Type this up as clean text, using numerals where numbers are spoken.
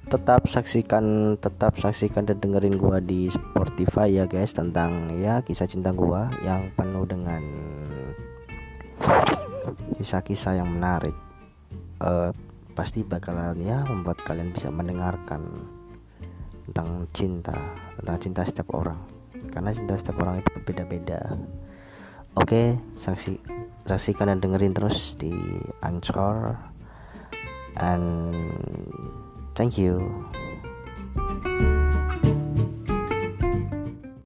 tetap saksikan dan dengerin gua di Spotify ya guys, tentang ya kisah cinta gua yang penuh dengan kisah-kisah yang menarik. Eh, Pasti bakalan ya membuat kalian bisa mendengarkan tentang cinta setiap orang, karena cinta setiap orang itu berbeda-beda. Oke, saksikan dan dengerin terus di Anchor, and thank you.